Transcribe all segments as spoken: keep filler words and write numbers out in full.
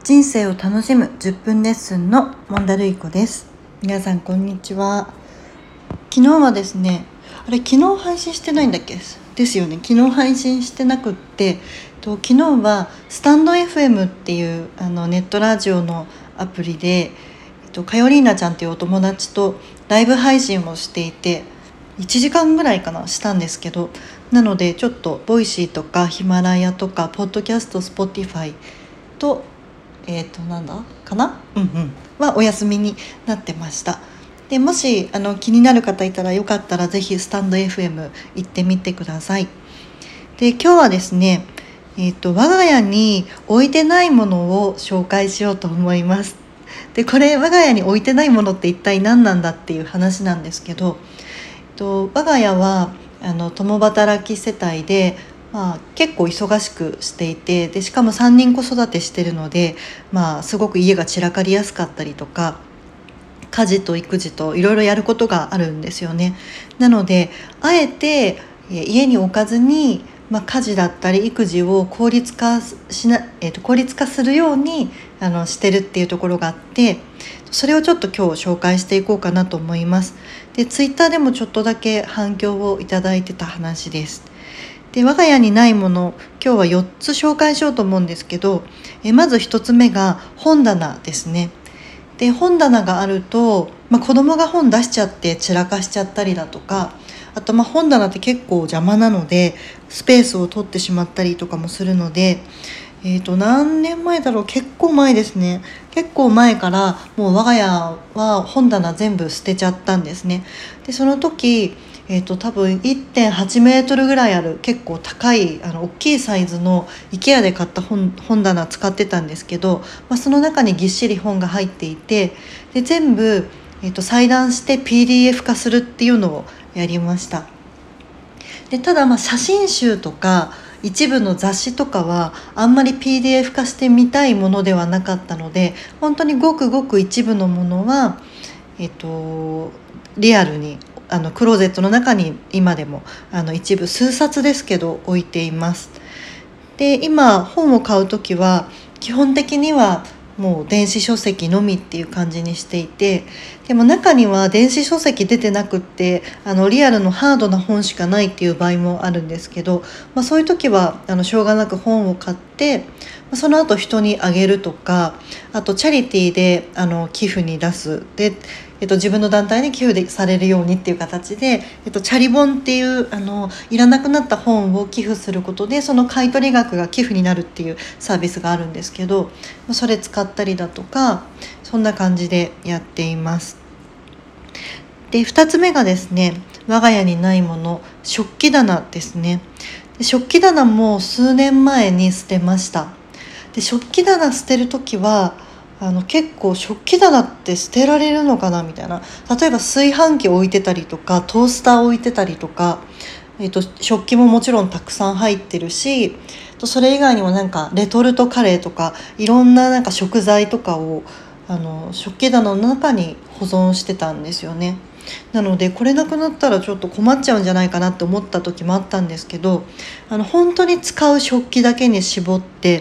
人生を楽しむじゅっぷんレッスンのモンダルイコです。皆さんこんにちは。昨日はですねあれ昨日配信してないんだっけですよね。昨日配信してなくってと昨日はスタンド エフエム っていうあのネットラジオのアプリで、えっと、カヨリーナちゃんっていうお友達とライブ配信をしていていちじかんぐらいかなしたんですけど、なのでちょっとボイシーとかヒマラヤとかポッドキャスト、スポティファイとえーとなんだかなうんうんはお休みになってました。でもしあの気になる方いたらよかったらぜひスタンド エフエム 行ってみてください。で今日はですね、えーと我が家に置いてないものを紹介しようと思います。でこれ我が家に置いてないものって一体何なんだっていう話なんですけど、えーと我が家はあの共働き世帯でまあ、結構忙しくしていて、でしかもさんにん子育てしてるので、まあ、すごく家が散らかりやすかったりとか家事と育児といろいろやることがあるんですよね。なのであえて家に置かずに、まあ、家事だったり育児を効率化しな、えーと、効率化するようにあのしてるっていうところがあって、それをちょっと今日紹介していこうかなと思います。でツイッターでもちょっとだけ反響をいただいてた話です。で我が家にないもの、今日はよっつ紹介しようと思うんですけど、えまずひとつめが本棚ですね。で本棚があると、まあ、子供が本出しちゃって散らかしちゃったりだとか、あとまあ本棚って結構邪魔なのでスペースを取ってしまったりとかもするので、えーと何年前だろう、結構前ですね。結構前からもう我が家は本棚全部捨てちゃったんですね。でその時えー、と多分 いってんはちメートルぐらいある結構高いあの大きいサイズの IKEA で買った 本, 本棚使ってたんですけど、まあ、その中にぎっしり本が入っていて、で全部、えー、と裁断して ピーディーエフ 化するっていうのをやりました。でただまあ写真集とか一部の雑誌とかはあんまり ピーディーエフ 化してみたいものではなかったので、本当にごくごく一部のものは、えっと、リアルにあのクローゼットの中に今でもあの一部数冊ですけど置いています。で今本を買うときは基本的にはもう電子書籍のみっていう感じにしていて、でも中には電子書籍出てなくってあのリアルのハードな本しかないっていう場合もあるんですけど、まあ、そういう時はあのしょうがなく本を買ってその後人にあげるとか、あとチャリティーであの寄付に出すで、えっと、自分の団体に寄付でされるようにっていう形で、えっと、チャリ本っていうあのいらなくなった本を寄付することでその買取額が寄付になるっていうサービスがあるんですけど、それ使ったりだとかそんな感じでやっています。でふたつめがですね、我が家にないもの、食器棚ですね。で食器棚も数年前に捨てました。で食器棚捨てるときはあの結構食器棚って捨てられるのかなみたいな、例えば炊飯器置いてたりとかトースター置いてたりとか、えー、と食器ももちろんたくさん入ってるし、それ以外にもなんかレトルトカレーとかいろんななんか食材とかをあの食器棚の中に保存してたんですよね。なのでこれなくなったらちょっと困っちゃうんじゃないかなって思った時もあったんですけど、あの本当に使う食器だけに絞って、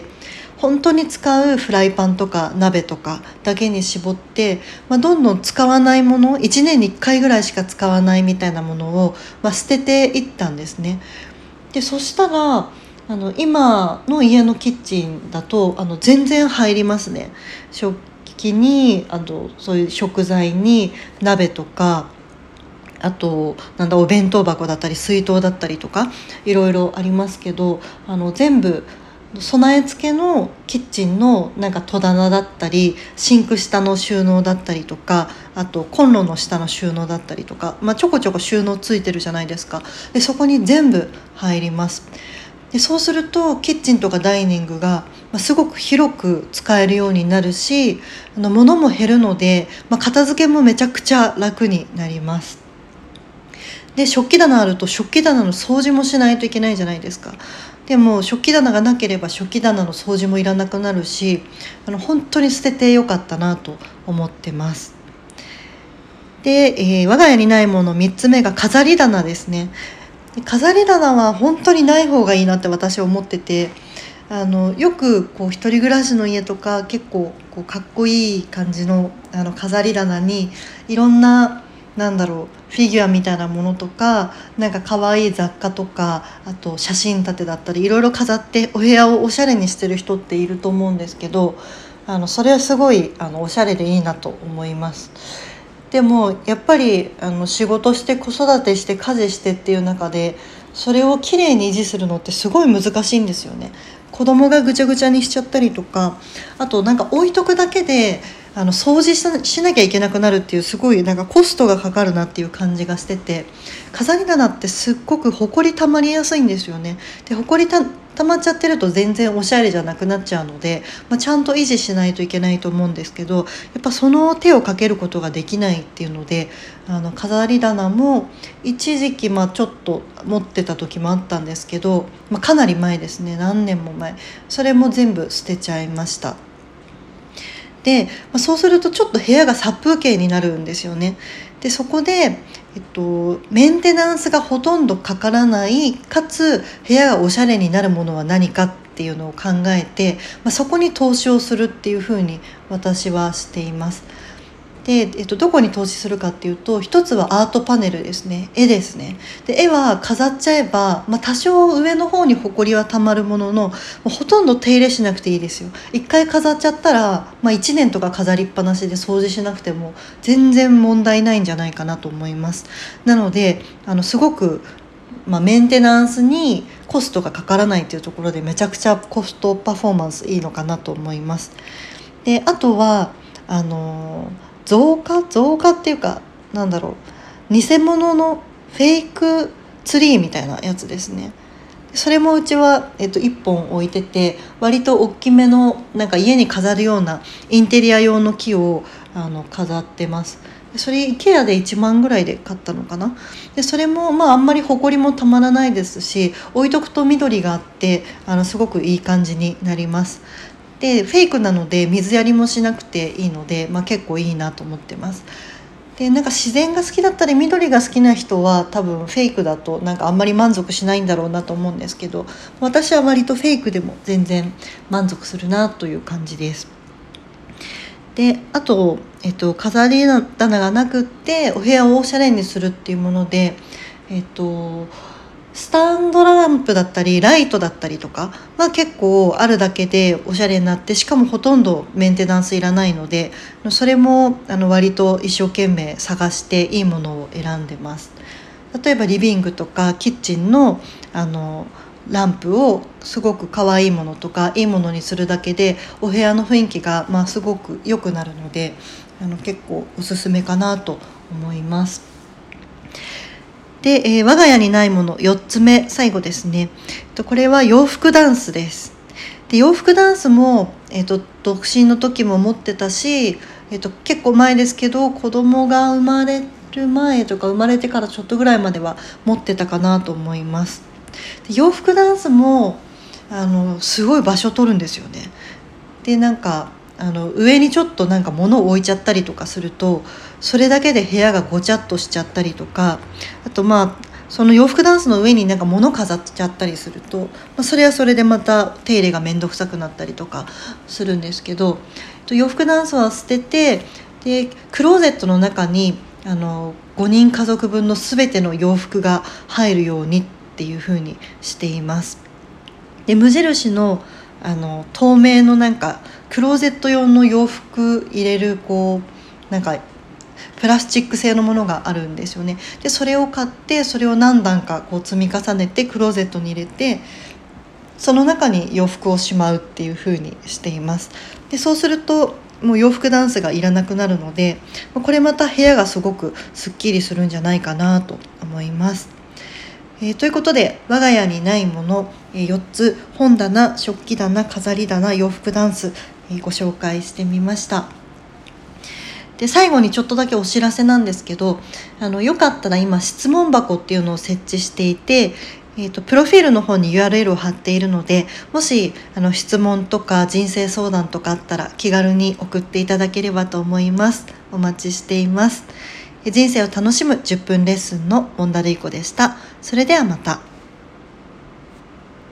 本当に使うフライパンとか鍋とかだけに絞って、まあ、どんどん使わないもの、いちねんにいっかいぐらいしか使わないみたいなものを、まあ、捨てていったんですね。でそしたらあの今の家のキッチンだとあの全然入りますね。食器にあのそういう食材に鍋とか、あとなんだお弁当箱だったり水筒だったりとかいろいろありますけど、あの全部備え付けのキッチンのなんか戸棚だったりシンク下の収納だったりとか、あとコンロの下の収納だったりとか、まあ、ちょこちょこ収納ついてるじゃないですか。でそこに全部入ります。でそうするとキッチンとかダイニングがすごく広く使えるようになるし、あの物も減るので、まあ、片付けもめちゃくちゃ楽になります。で食器棚あると食器棚の掃除もしないといけないじゃないですか。でも食器棚がなければ食器棚の掃除もいらなくなるし、あの本当に捨ててよかったなと思ってます。で、えー、我が家にないものみっつめが飾り棚ですね。で飾り棚は本当にない方がいいなって私は思ってて、 あのよくこう一人暮らしの家とか結構こうかっこいい感じの、あの飾り棚にいろんな、なんだろう、フィギュアみたいなものとか、なんか可愛い雑貨とか、あと写真立てだったりいろいろ飾ってお部屋をおしゃれにしてる人っていると思うんですけど、あのそれはすごいあのおしゃれでいいなと思います。でもやっぱりあの仕事して子育てして家事してっていう中で、それをきれいに維持するのってすごい難しいんですよね。子供がぐちゃぐちゃにしちゃったりとか、あとなんか置いとくだけであの掃除しな、しなきゃいけなくなるっていう、すごいなんかコストがかかるなっていう感じがしてて、飾り棚ってすっごくほこりたまりやすいんですよね。でほこりた溜まっちゃってると全然おしゃれじゃなくなっちゃうので、まあ、ちゃんと維持しないといけないと思うんですけど、やっぱその手をかけることができないっていうので、あの飾り棚も一時期まあちょっと持ってた時もあったんですけど、まあ、かなり前ですね、何年も前、それも全部捨てちゃいました。で、まあ、そうするとちょっと部屋が殺風景になるんですよね。でそこで、えっと、メンテナンスがほとんどかからない、かつ部屋がおしゃれになるものは何かっていうのを考えて、まあ、そこに投資をするっていうふうに私はしています。で、えっと、どこに投資するかっていうと、一つはアートパネルですね、絵ですね。で絵は飾っちゃえば、まあ、多少上の方にほこりはたまるものの、もうほとんど手入れしなくていいですよ。一回飾っちゃったら、まあ、いちねんとか飾りっぱなしで掃除しなくても全然問題ないんじゃないかなと思います。なのであのすごく、まあ、メンテナンスにコストがかからないというところで、めちゃくちゃコストパフォーマンスいいのかなと思います。であとはあの増加増加っていうか、なんだろう、偽物のフェイクツリーみたいなやつですね。それもうちは、えっと、いっぽん置いてて、割と大きめのなんか家に飾るようなインテリア用の木をあの飾ってます。それ IKEA でいちまんぐらいで買ったのかな。でそれもまああんまりほこりもたまらないですし、置いとくと緑があって、あのすごくいい感じになります。でフェイクなので水やりもしなくていいので、まあ、結構いいなと思ってます。でなんか自然が好きだったり緑が好きな人は多分フェイクだとなんかあんまり満足しないんだろうなと思うんですけど、私は割とフェイクでも全然満足するなという感じです。であと、えっと、飾り棚がなくってお部屋をおしゃれにするっていうもので、えっとスタンドランプだったりライトだったりとかは結構あるだけでおしゃれになって、しかもほとんどメンテナンスいらないので、それもあの割と一生懸命探していいものを選んでます。例えばリビングとかキッチンのあのランプをすごく可愛いものとかいいものにするだけでお部屋の雰囲気がまあすごく良くなるので、あの結構おすすめかなと思います。で、えー、我が家にないものよっつめ、最後ですね。これは洋服ダンスです。で洋服ダンスも、えーと、独身の時も持ってたし、えーと、結構前ですけど子供が生まれる前とか生まれてからちょっとぐらいまでは持ってたかなと思います。で洋服ダンスもあのすごい場所取るんですよね。でなんかあの上にちょっとなんか物を置いちゃったりとかすると、それだけで部屋がごちゃっとしちゃったりとか、あとまあその洋服ダンスの上になんか物飾っちゃったりすると、まあ、それはそれでまた手入れがめんどくさくなったりとかするんですけど、洋服ダンスは捨てて、でクローゼットの中にあのごにん家族分の全ての洋服が入るようにっていう風にしています。で無印のあの透明のなんかクローゼット用の洋服入れるこうなんかプラスチック製のものがあるんですよね。でそれを買って、それを何段かこう積み重ねてクローゼットに入れて、その中に洋服をしまうっていう風にしています。でそうするともう洋服ダンスがいらなくなるので、これまた部屋がすごくすっきりするんじゃないかなと思います。えー、ということで我が家にないもの、えー、よっつ、本棚、食器棚、飾り棚、洋服ダンス、えー、ご紹介してみました。で最後にちょっとだけお知らせなんですけど、あのよかったら今質問箱っていうのを設置していて、えーと、プロフィールの方に ユーアールエル を貼っているので、もしあの質問とか人生相談とかあったら気軽に送っていただければと思います。お待ちしています。人生を楽しむじゅっぷんレッスンのモンダルイコでした。それではまた。